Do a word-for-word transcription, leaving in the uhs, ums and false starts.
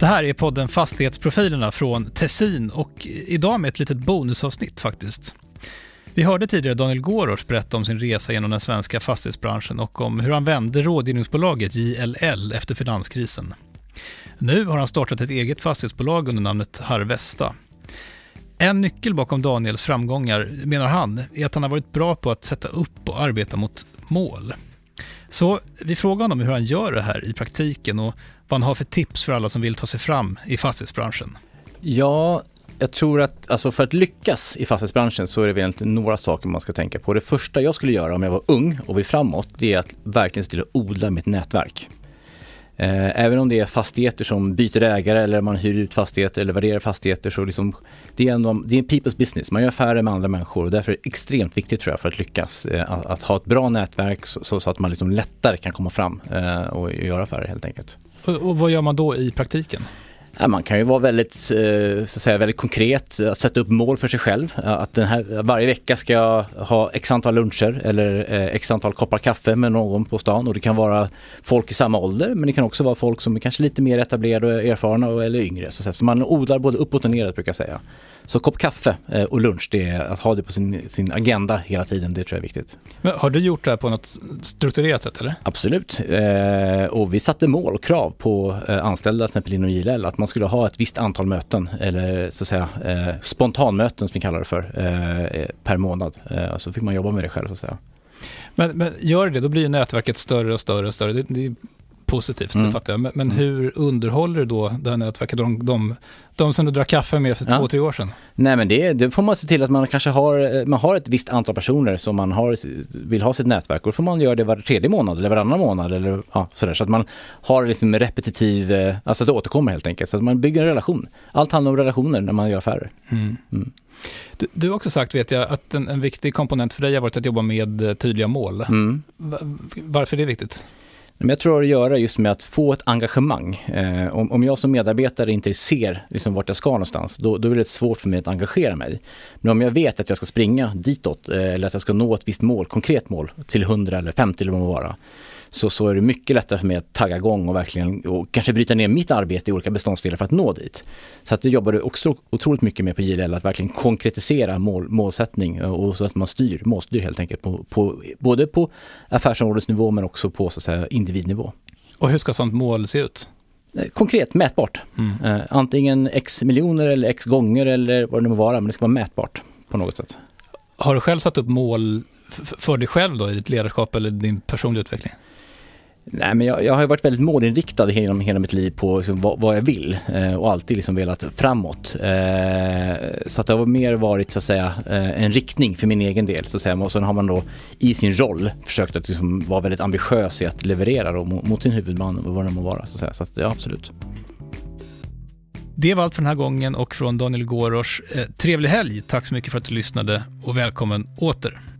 Det här är podden Fastighetsprofilerna från Tessin och idag med ett litet bonusavsnitt faktiskt. Vi hörde tidigare Daniel Gårors berätta om sin resa genom den svenska fastighetsbranschen och om hur han vände rådgivningsbolaget J L L efter finanskrisen. Nu har han startat ett eget fastighetsbolag under namnet Harvesta. En nyckel bakom Daniels framgångar, menar han, är att han har varit bra på att sätta upp och arbeta mot mål. Så vi frågar honom hur han gör det här i praktiken och vad han har för tips för alla som vill ta sig fram i fastighetsbranschen. Ja, jag tror att alltså för att lyckas i fastighetsbranschen så är det väl egentligen några saker man ska tänka på. Det första jag skulle göra om jag var ung och vill framåt, det är att verkligen se till att odla mitt nätverk. Även om det är fastigheter som byter ägare eller man hyr ut fastigheter eller värderar fastigheter, så liksom, det, är en, det är en people's business. Man gör affärer med andra människor och därför är det extremt viktigt tror jag för att lyckas att, att ha ett bra nätverk så, så att man liksom lättare kan komma fram och göra affärer helt enkelt. Och, och vad gör man då i praktiken? Ja, man kan ju vara väldigt, så att säga, väldigt konkret, att sätta upp mål för sig själv. Att den här, varje vecka ska jag ha x antal luncher eller x antal koppar kaffe med någon på stan. Och det kan vara folk i samma ålder, men det kan också vara folk som är kanske lite mer etablerade och erfarna eller yngre. Så, så man odlar både uppåt och neråt brukar jag säga. Så kopp kaffe och lunch, det är att ha det på sin, sin agenda hela tiden, det tror jag är viktigt. Men har du gjort det här på något strukturerat sätt eller? Absolut. Eh, och vi satte mål och krav på eh, anställda till exempel inom J L L att man skulle ha ett visst antal möten eller så att säga eh, spontanmöten som vi kallar det för eh, per månad. Eh, så fick man jobba med det själv så att säga. Men, men gör det, då blir ju nätverket större och större och större. Det, det är positivt, mm. det fattar jag. Men, men hur underhåller du då det här nätverket? De, de, de som du drar kaffe med för ja. två, tre år sedan? Nej, men det, det får man se till att man kanske har, man har ett visst antal personer som man har, vill ha sitt nätverk. Och då får man göra det var tredje månad eller varannan månad. Eller, ja, sådär, så att man har liksom repetitiv, alltså att det återkommer helt enkelt. Så att man bygger en relation. Allt handlar om relationer när man gör affärer. Mm. Mm. Du, du har också sagt, vet jag, att en, en viktig komponent för dig har varit att jobba med tydliga mål. Mm. Varför är det viktigt? Men jag tror att det göra just med att få ett engagemang. Eh, om, om jag som medarbetare inte ser liksom vart jag ska någonstans, då, då är det svårt för mig att engagera mig. Men om jag vet att jag ska springa ditåt eh, eller att jag ska nå ett visst mål, konkret mål, till hundra eller femtio eller vad det må vara, så, så är det mycket lättare för mig att tagga igång och verkligen och kanske bryta ner mitt arbete i olika beståndsdelar för att nå dit. Så att det jobbar också otroligt mycket med på J L L att verkligen konkretisera mål, målsättning och så att man styr, målstyr helt enkelt på, på, både på affärsområdesnivå men också på så att säga, individnivå. Och hur ska sånt mål se ut? Konkret, mätbart. Mm. Eh, antingen x miljoner eller x gånger eller vad det nu må vara, men det ska vara mätbart på något sätt. Har du själv satt upp mål f- för dig själv då i ditt ledarskap eller din personliga utveckling? Nej, men jag, jag har varit väldigt målinriktad genom hela mitt liv på liksom, vad, vad jag vill eh, och alltid liksom velat framåt. Eh, så att det har mer varit så att säga eh, en riktning för min egen del. Så att säga. Och sen har man då i sin roll försökt att liksom, vara väldigt ambitiös i att leverera då, mot, mot sin huvudman och vad det må vara. Så att, säga. Så att ja, absolut. Det var allt för den här gången och från Daniel Gårors. Eh, trevlig helg, tack så mycket för att du lyssnade och välkommen åter.